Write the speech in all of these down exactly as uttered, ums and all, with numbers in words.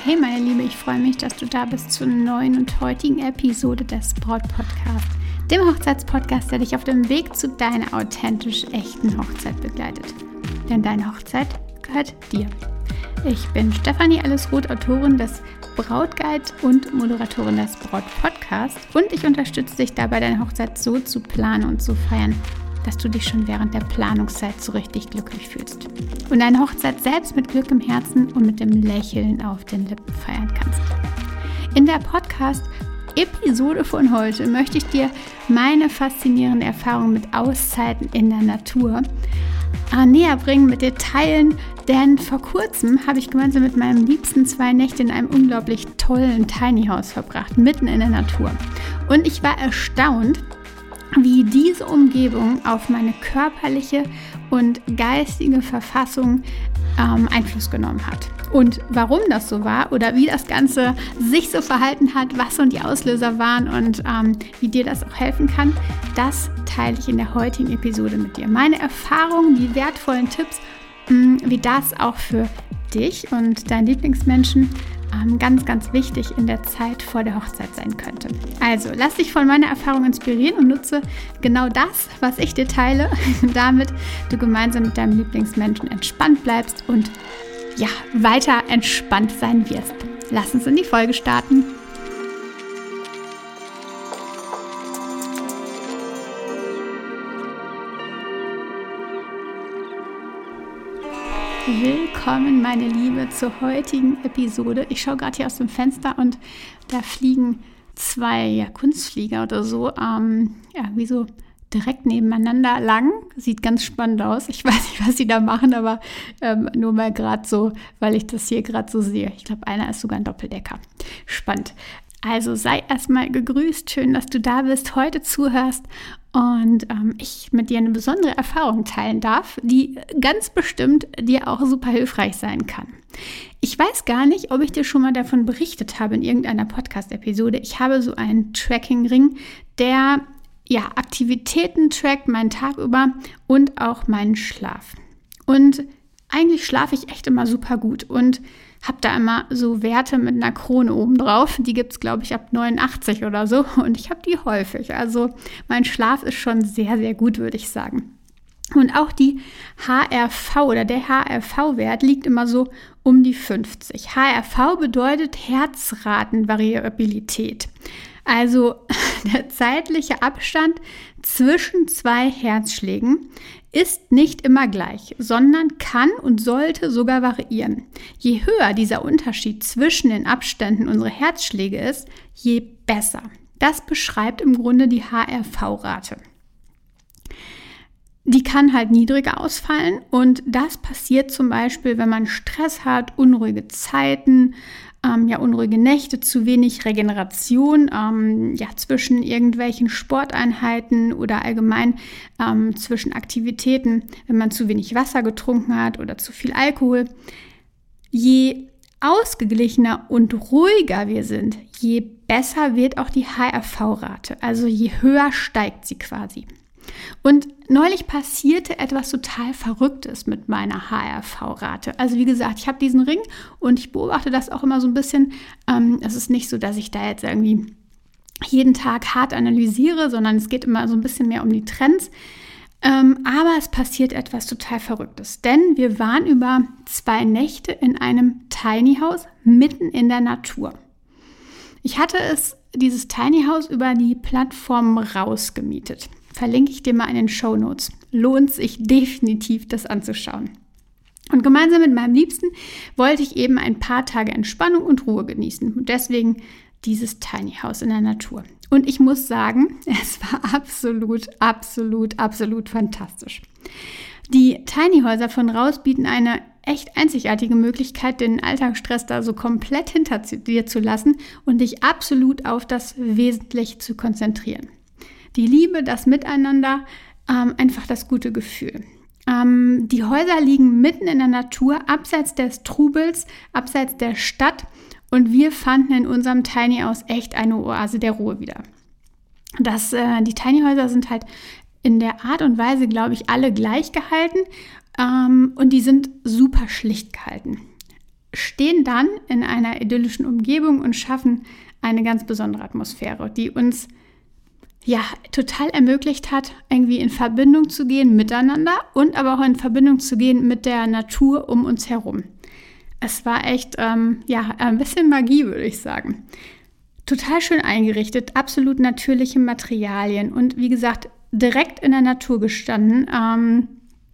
Hey meine Liebe, ich freue mich, dass du da bist zur neuen und heutigen Episode des Braut-Podcasts, dem Hochzeitspodcast, der dich auf dem Weg zu deiner authentisch echten Hochzeit begleitet. Denn deine Hochzeit gehört dir. Ich bin Stefanie Allesroth, Autorin des Brautguides und Moderatorin des Braut-Podcasts und ich unterstütze dich dabei, deine Hochzeit so zu planen und zu feiern, dass du dich schon während der Planungszeit so richtig glücklich fühlst und deine Hochzeit selbst mit Glück im Herzen und mit dem Lächeln auf den Lippen feiern kannst. In der Podcast-Episode von heute möchte ich dir meine faszinierende Erfahrung mit Auszeiten in der Natur äh, näher bringen, mit dir teilen, denn vor kurzem habe ich gemeinsam mit meinem Liebsten zwei Nächte in einem unglaublich tollen Tiny House verbracht, mitten in der Natur. Und ich war erstaunt, wie diese Umgebung auf meine körperliche und geistige Verfassung ähm, Einfluss genommen hat. Und warum das so war oder wie das Ganze sich so verhalten hat, was so die Auslöser waren und ähm, wie dir das auch helfen kann, das teile ich in der heutigen Episode mit dir. Meine Erfahrungen, die wertvollen Tipps, mh, wie das auch für dich und deinen Lieblingsmenschen ganz, ganz wichtig in der Zeit vor der Hochzeit sein könnte. Also, lass dich von meiner Erfahrung inspirieren und nutze genau das, was ich dir teile, damit du gemeinsam mit deinem Lieblingsmenschen entspannt bleibst und ja, weiter entspannt sein wirst. Lass uns in die Folge starten. Willkommen, meine Liebe, zur heutigen Episode. Ich schaue gerade hier aus dem Fenster und da fliegen zwei ja, Kunstflieger oder so, ähm, ja, wie so direkt nebeneinander lang. Sieht ganz spannend aus. Ich weiß nicht, was sie da machen, aber ähm, nur mal gerade so, weil ich das hier gerade so sehe. Ich glaube, einer ist sogar ein Doppeldecker. Spannend. Also sei erstmal gegrüßt. Schön, dass du da bist, heute zuhörst und ähm, ich mit dir eine besondere Erfahrung teilen darf, die ganz bestimmt dir auch super hilfreich sein kann. Ich weiß gar nicht, ob ich dir schon mal davon berichtet habe in irgendeiner Podcast-Episode. Ich habe so einen Tracking-Ring, der ja Aktivitäten trackt, meinen Tag über und auch meinen Schlaf. Und eigentlich schlafe ich echt immer super gut und habe da immer so Werte mit einer Krone oben drauf. Die gibt es, glaube ich, ab neunundachtzig oder so. Und ich habe die häufig. Also mein Schlaf ist schon sehr, sehr gut, würde ich sagen. Und auch die H R V oder der H R V-Wert liegt immer so um die fünfzig. H R V bedeutet Herzratenvariabilität. Also der zeitliche Abstand zwischen zwei Herzschlägen ist nicht immer gleich, sondern kann und sollte sogar variieren. Je höher dieser Unterschied zwischen den Abständen unserer Herzschläge ist, je besser. Das beschreibt im Grunde die H R V-Rate. Die kann halt niedriger ausfallen und das passiert zum Beispiel, wenn man Stress hat, unruhige Zeiten, ähm, ja, unruhige Nächte, zu wenig Regeneration ähm, ja, zwischen irgendwelchen Sporteinheiten oder allgemein ähm, zwischen Aktivitäten, wenn man zu wenig Wasser getrunken hat oder zu viel Alkohol. Je ausgeglichener und ruhiger wir sind, je besser wird auch die H R V-Rate, also je höher steigt sie quasi. Und neulich passierte etwas total Verrücktes mit meiner H R V-Rate. Also wie gesagt, ich habe diesen Ring und ich beobachte das auch immer so ein bisschen. Ähm, es ist nicht so, dass ich da jetzt irgendwie jeden Tag hart analysiere, sondern es geht immer so ein bisschen mehr um die Trends. Ähm, aber es passiert etwas total Verrücktes, denn wir waren über zwei Nächte in einem Tiny House mitten in der Natur. Ich hatte es, dieses Tiny House, über die Plattform Raus gemietet. Verlinke ich dir mal in den Shownotes. Lohnt sich definitiv, das anzuschauen. Und gemeinsam mit meinem Liebsten wollte ich eben ein paar Tage Entspannung und Ruhe genießen. Und deswegen dieses Tiny House in der Natur. Und ich muss sagen, es war absolut, absolut, absolut fantastisch. Die Tiny Häuser von Raus bieten eine echt einzigartige Möglichkeit, den Alltagsstress da so komplett hinter dir zu lassen und dich absolut auf das Wesentliche zu konzentrieren. Die Liebe, das Miteinander, ähm, einfach das gute Gefühl. Ähm, die Häuser liegen mitten in der Natur, abseits des Trubels, abseits der Stadt und wir fanden in unserem Tiny House echt eine Oase der Ruhe wieder. Das, äh, die Tiny Häuser sind halt in der Art und Weise, glaube ich, alle gleich gehalten ähm, und die sind super schlicht gehalten. stehen dann in einer idyllischen Umgebung und schaffen eine ganz besondere Atmosphäre, die uns ja total ermöglicht hat, irgendwie in Verbindung zu gehen miteinander und aber auch in Verbindung zu gehen mit der Natur um uns herum. Es war echt ähm, ja, ein bisschen Magie, würde ich sagen. Total schön eingerichtet, absolut natürliche Materialien und wie gesagt, direkt in der Natur gestanden. Ähm,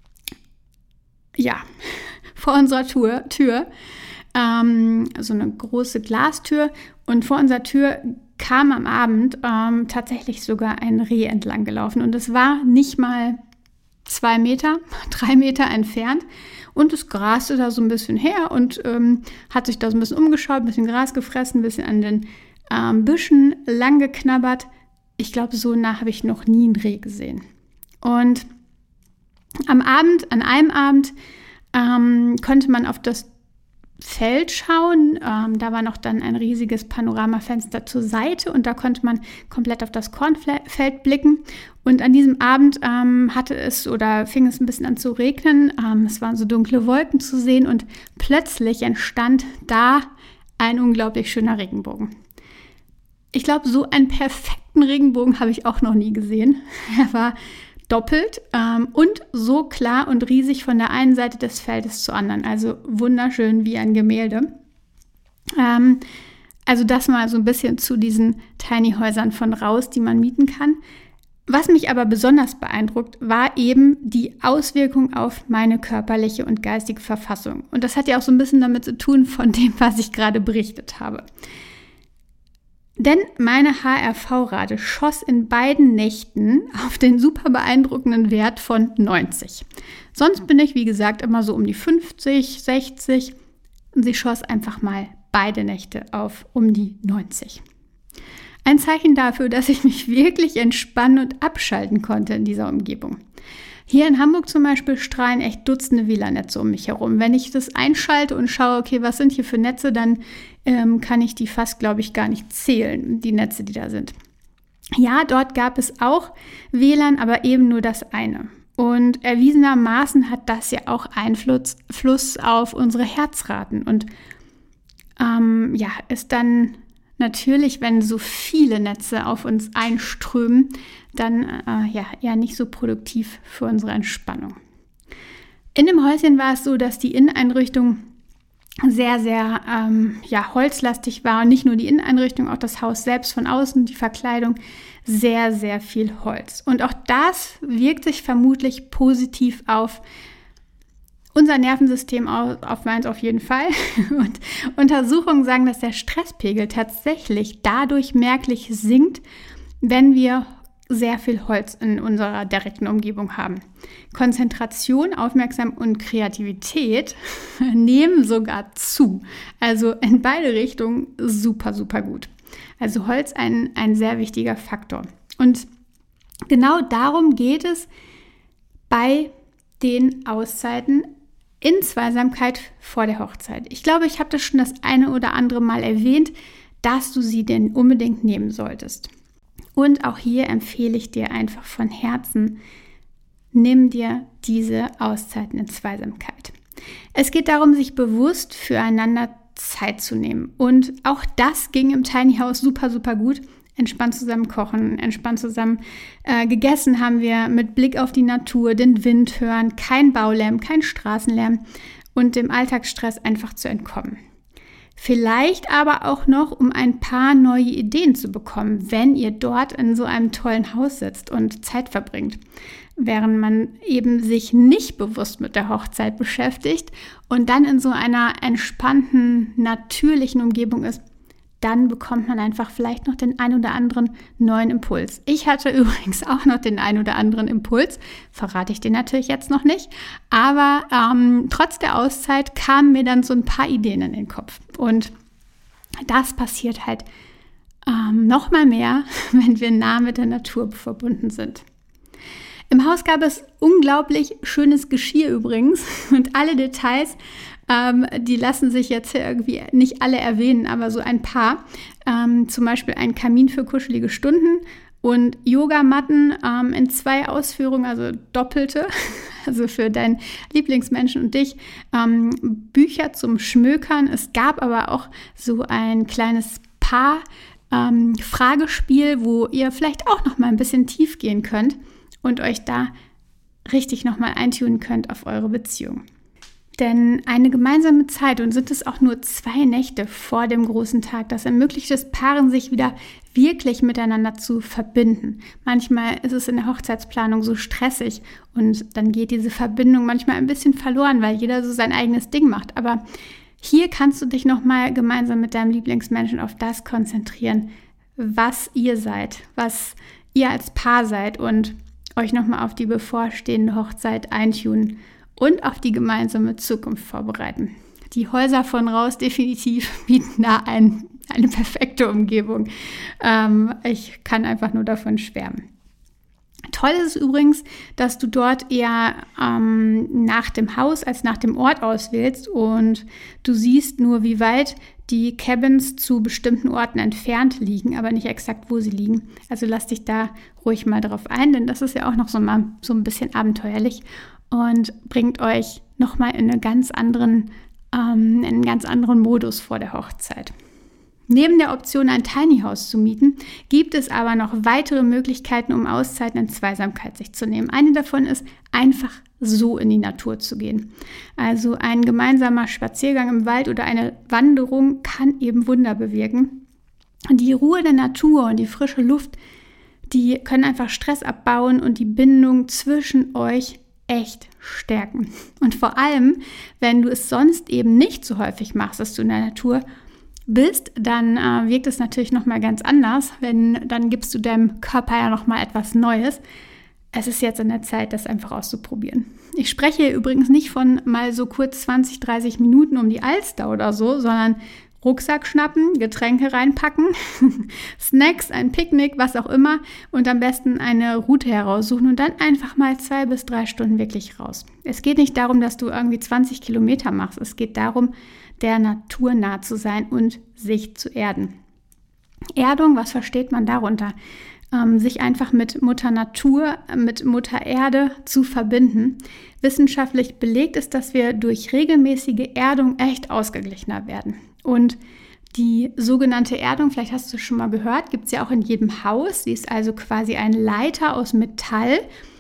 ja, vor unserer Tür, Tür ähm, so eine große Glastür und vor unserer Tür kam am Abend ähm, tatsächlich sogar ein Reh entlang gelaufen und es war nicht mal zwei Meter, drei Meter entfernt und es graste da so ein bisschen her und ähm, hat sich da so ein bisschen umgeschaut, ein bisschen Gras gefressen, ein bisschen an den ähm, Büschen lang geknabbert. Ich glaube, so nah habe ich noch nie ein Reh gesehen. Und am Abend, an einem Abend, ähm, konnte man auf das Feld schauen. Ähm, da war noch dann ein riesiges Panoramafenster zur Seite und da konnte man komplett auf das Kornfeld blicken. Und an diesem Abend ähm, hatte es oder fing es ein bisschen an zu regnen. Ähm, es waren so dunkle Wolken zu sehen und plötzlich entstand da ein unglaublich schöner Regenbogen. Ich glaube, so einen perfekten Regenbogen habe ich auch noch nie gesehen. Er war doppelt ähm, und so klar und riesig von der einen Seite des Feldes zur anderen. Also wunderschön wie ein Gemälde. Ähm, also das mal so ein bisschen zu diesen Tiny Häusern von raus, die man mieten kann. Was mich aber besonders beeindruckt, war eben die Auswirkung auf meine körperliche und geistige Verfassung. Und das hat ja auch so ein bisschen damit zu tun von dem, was ich gerade berichtet habe. Denn meine H R V-Rate schoss in beiden Nächten auf den super beeindruckenden Wert von neunzig. Sonst bin ich, wie gesagt, immer so um die fünfzig, sechzig. Und sie schoss einfach mal beide Nächte auf um die neunzig. Ein Zeichen dafür, dass ich mich wirklich entspannen und abschalten konnte in dieser Umgebung. Hier in Hamburg zum Beispiel strahlen echt Dutzende W L A N-Netze um mich herum. Wenn ich das einschalte und schaue, okay, was sind hier für Netze, dann ähm, kann ich die fast, glaube ich, gar nicht zählen, die Netze, die da sind. Ja, dort gab es auch W L A N, aber eben nur das eine. Und erwiesenermaßen hat das ja auch Einfluss Fluss auf unsere Herzraten. Und ähm, ja, ist dann natürlich, wenn so viele Netze auf uns einströmen, dann äh, ja, eher nicht so produktiv für unsere Entspannung. In dem Häuschen war es so, dass die Inneneinrichtung sehr, sehr ähm, ja, holzlastig war. Und nicht nur die Inneneinrichtung, auch das Haus selbst von außen, die Verkleidung, sehr, sehr viel Holz. Und auch das wirkt sich vermutlich positiv auf unser Nervensystem, auf meins auf jeden Fall. Und Untersuchungen sagen, dass der Stresspegel tatsächlich dadurch merklich sinkt, wenn wir sehr viel Holz in unserer direkten Umgebung haben. Konzentration, Aufmerksamkeit und Kreativität nehmen sogar zu. Also in beide Richtungen super, super gut. Also Holz ein, ein sehr wichtiger Faktor. Und genau darum geht es bei den Auszeiten in Zweisamkeit vor der Hochzeit. Ich glaube, ich habe das schon das eine oder andere Mal erwähnt, dass du sie denn unbedingt nehmen solltest. Und auch hier empfehle ich dir einfach von Herzen, nimm dir diese Auszeiten in Zweisamkeit. Es geht darum, sich bewusst füreinander Zeit zu nehmen. Und auch das ging im Tiny House super, super gut. Entspannt zusammen kochen, entspannt zusammen äh, gegessen haben wir mit Blick auf die Natur, den Wind hören, kein Baulärm, kein Straßenlärm und dem Alltagsstress einfach zu entkommen. Vielleicht aber auch noch, um ein paar neue Ideen zu bekommen, wenn ihr dort in so einem tollen Haus sitzt und Zeit verbringt. Während man eben sich nicht bewusst mit der Hochzeit beschäftigt und dann in so einer entspannten, natürlichen Umgebung ist, dann bekommt man einfach vielleicht noch den ein oder anderen neuen Impuls. Ich hatte übrigens auch noch den ein oder anderen Impuls, verrate ich dir natürlich jetzt noch nicht, aber ähm, trotz der Auszeit kamen mir dann so ein paar Ideen in den Kopf. Und das passiert halt ähm, noch mal mehr, wenn wir nah mit der Natur verbunden sind. Im Haus gab es unglaublich schönes Geschirr übrigens und alle Details, ähm, die lassen sich jetzt hier irgendwie nicht alle erwähnen, aber so ein paar. Ähm, zum Beispiel ein Kamin für kuschelige Stunden Und Yogamatten ähm, in zwei Ausführungen, also doppelte, also für deinen Lieblingsmenschen und dich, ähm, Bücher zum Schmökern. Es gab aber auch so ein kleines Paar ähm, Fragespiel, wo ihr vielleicht auch noch mal ein bisschen tief gehen könnt und euch da richtig noch mal eintunen könnt auf eure Beziehung. Denn eine gemeinsame Zeit, und sind es auch nur zwei Nächte vor dem großen Tag, das ermöglicht es Paaren, sich wieder wirklich miteinander zu verbinden. Manchmal ist es in der Hochzeitsplanung so stressig und dann geht diese Verbindung manchmal ein bisschen verloren, weil jeder so sein eigenes Ding macht. Aber hier kannst du dich nochmal gemeinsam mit deinem Lieblingsmenschen auf das konzentrieren, was ihr seid, was ihr als Paar seid und euch nochmal auf die bevorstehende Hochzeit eintunen und auf die gemeinsame Zukunft vorbereiten. Die Häuser von Raus definitiv bieten da ein, eine perfekte Umgebung. Ähm, ich kann einfach nur davon schwärmen. Toll ist es übrigens, dass du dort eher ähm, nach dem Haus als nach dem Ort auswählst und du siehst nur, wie weit die Cabins zu bestimmten Orten entfernt liegen, aber nicht exakt, wo sie liegen. Also lass dich da ruhig mal drauf ein, denn das ist ja auch noch so mal so ein bisschen abenteuerlich und bringt euch nochmal in, eine ganz anderen, ähm, in einen ganz anderen Modus vor der Hochzeit. Neben der Option, ein Tiny House zu mieten, gibt es aber noch weitere Möglichkeiten, um Auszeiten in Zweisamkeit sich zu nehmen. Eine davon ist, einfach so in die Natur zu gehen. Also ein gemeinsamer Spaziergang im Wald oder eine Wanderung kann eben Wunder bewirken. Die Ruhe der Natur und die frische Luft, die können einfach Stress abbauen und die Bindung zwischen euch echt stärken. Und vor allem, wenn du es sonst eben nicht so häufig machst, dass du in der Natur bist, dann äh, wirkt es natürlich nochmal ganz anders, wenn dann gibst du deinem Körper ja nochmal etwas Neues. Es ist jetzt an der Zeit, das einfach auszuprobieren. Ich spreche hier übrigens nicht von mal so kurz zwanzig, dreißig Minuten um die Alster oder so, sondern Rucksack schnappen, Getränke reinpacken, Snacks, ein Picknick, was auch immer und am besten eine Route heraussuchen und dann einfach mal zwei bis drei Stunden wirklich raus. Es geht nicht darum, dass du irgendwie zwanzig Kilometer machst. Es geht darum, der Natur nah zu sein und sich zu erden. Erdung, was versteht man darunter? Ähm, sich einfach mit Mutter Natur, mit Mutter Erde zu verbinden. Wissenschaftlich belegt ist, dass wir durch regelmäßige Erdung echt ausgeglichener werden. Und die sogenannte Erdung, vielleicht hast du es schon mal gehört, gibt es ja auch in jedem Haus. Sie ist also quasi ein Leiter aus Metall,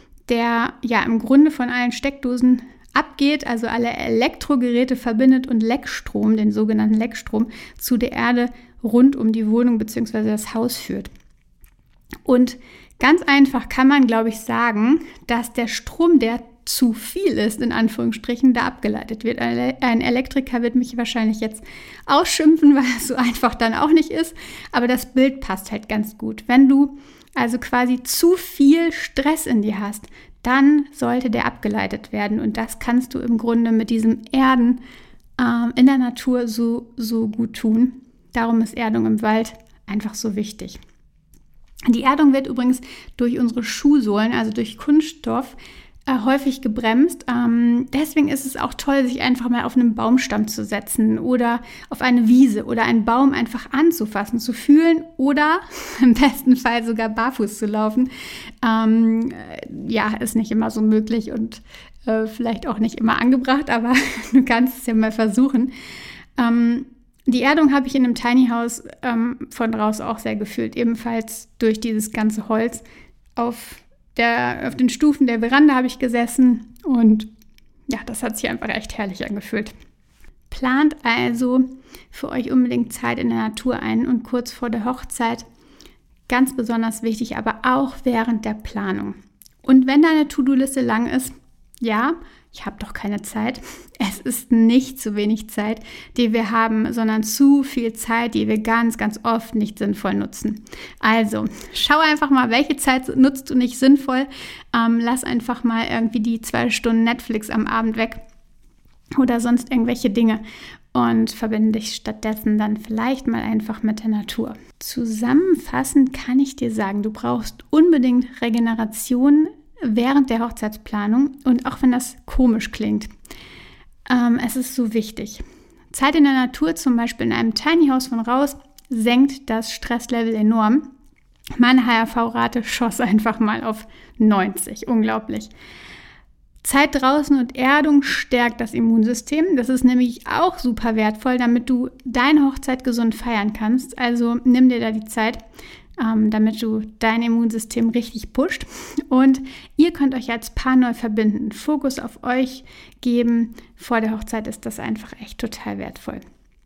der ja im Grunde von allen Steckdosen abgeht, also alle Elektrogeräte verbindet und Leckstrom, den sogenannten Leckstrom, zu der Erde rund um die Wohnung bzw. das Haus führt. Und ganz einfach kann man, glaube ich, sagen, dass der Strom, der zu viel ist, in Anführungsstrichen, da abgeleitet wird. Ein Elektriker wird mich wahrscheinlich jetzt ausschimpfen, weil es so einfach dann auch nicht ist, aber das Bild passt halt ganz gut. Wenn du also quasi zu viel Stress in dir hast, dann sollte der abgeleitet werden und das kannst du im Grunde mit diesem Erden äh, in der Natur so, so gut tun. Darum ist Erdung im Wald einfach so wichtig. Die Erdung wird übrigens durch unsere Schuhsohlen, also durch Kunststoff, äh, häufig gebremst. Ähm, deswegen ist es auch toll, sich einfach mal auf einen Baumstamm zu setzen oder auf eine Wiese oder einen Baum einfach anzufassen, zu fühlen oder im besten Fall sogar barfuß zu laufen. Ähm, ja, ist nicht immer so möglich und äh, vielleicht auch nicht immer angebracht, aber du kannst es ja mal versuchen. Ähm, Die Erdung habe ich in einem Tiny House ähm, von draußen auch sehr gefühlt, ebenfalls durch dieses ganze Holz. Auf, der, auf den Stufen der Veranda habe ich gesessen und ja, das hat sich einfach echt herrlich angefühlt. Plant also für euch unbedingt Zeit in der Natur ein und kurz vor der Hochzeit, ganz besonders wichtig, aber auch während der Planung. Und wenn deine To-Do-Liste lang ist, ja, ich habe doch keine Zeit. Es ist nicht zu wenig Zeit, die wir haben, sondern zu viel Zeit, die wir ganz, ganz oft nicht sinnvoll nutzen. Also, schau einfach mal, welche Zeit nutzt du nicht sinnvoll. Ähm, lass einfach mal irgendwie die zwei Stunden Netflix am Abend weg oder sonst irgendwelche Dinge und verbinde dich stattdessen dann vielleicht mal einfach mit der Natur. Zusammenfassend kann ich dir sagen, du brauchst unbedingt Regeneration während der Hochzeitsplanung und auch wenn das komisch klingt, ähm, es ist so wichtig. Zeit in der Natur, zum Beispiel in einem Tiny House von raus, senkt das Stresslevel enorm. Meine H R V-Rate schoss einfach mal auf neunzig. Unglaublich. Zeit draußen und Erdung stärkt das Immunsystem. Das ist nämlich auch super wertvoll, damit du deine Hochzeit gesund feiern kannst. Also nimm dir da die Zeit, ähm, damit du dein Immunsystem richtig pusht. Und ihr könnt euch als Paar neu verbinden, Fokus auf euch geben. Vor der Hochzeit ist das einfach echt total wertvoll.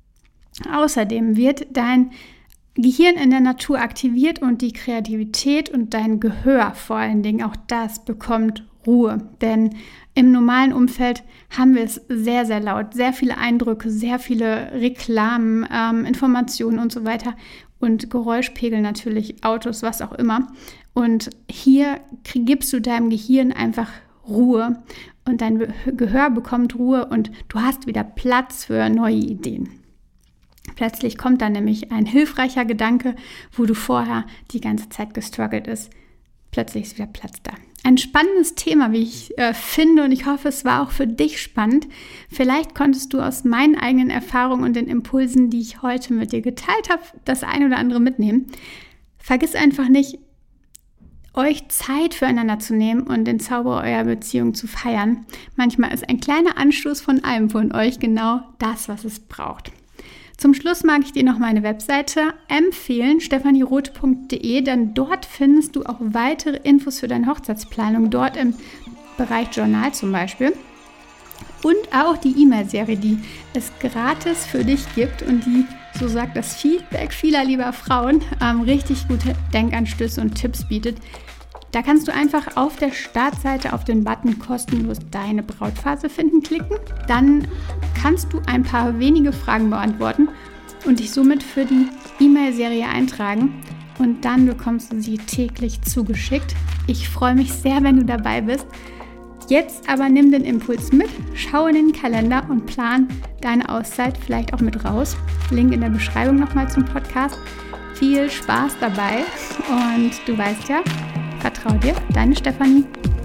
Außerdem wird dein Gehirn in der Natur aktiviert und die Kreativität und dein Gehör vor allen Dingen, auch das bekommt Ruhe. Denn im normalen Umfeld haben wir es sehr, sehr laut, sehr viele Eindrücke, sehr viele Reklamen, ähm, Informationen und so weiter und Geräuschpegel natürlich, Autos, was auch immer. Und hier gibst du deinem Gehirn einfach Ruhe und dein Gehör bekommt Ruhe und du hast wieder Platz für neue Ideen. Plötzlich kommt dann nämlich ein hilfreicher Gedanke, wo du vorher die ganze Zeit gestruggelt ist. Plötzlich ist wieder Platz da. Ein spannendes Thema, wie ich äh, finde, und ich hoffe, es war auch für dich spannend. Vielleicht konntest du aus meinen eigenen Erfahrungen und den Impulsen, die ich heute mit dir geteilt habe, das ein oder andere mitnehmen. Vergiss einfach nicht, euch Zeit füreinander zu nehmen und den Zauber eurer Beziehung zu feiern. Manchmal ist ein kleiner Anstoß von einem von euch genau das, was es braucht. Zum Schluss mag ich dir noch meine Webseite empfehlen, stephanie roth punkt de, denn dort findest du auch weitere Infos für deine Hochzeitsplanung, dort im Bereich Journal zum Beispiel. Und auch die E-Mail-Serie, die es gratis für dich gibt und die, so sagt das Feedback vieler lieber Frauen, ähm, richtig gute Denkanstöße und Tipps bietet. Da kannst du einfach auf der Startseite auf den Button kostenlos deine Brautphase finden klicken. Dann kannst du ein paar wenige Fragen beantworten und dich somit für die E-Mail-Serie eintragen. Und dann bekommst du sie täglich zugeschickt. Ich freue mich sehr, wenn du dabei bist. Jetzt aber nimm den Impuls mit, schau in den Kalender und plan deine Auszeit vielleicht auch mit raus. Link in der Beschreibung nochmal zum Podcast. Viel Spaß dabei und du weißt ja, vertrau dir, deine Stephanie.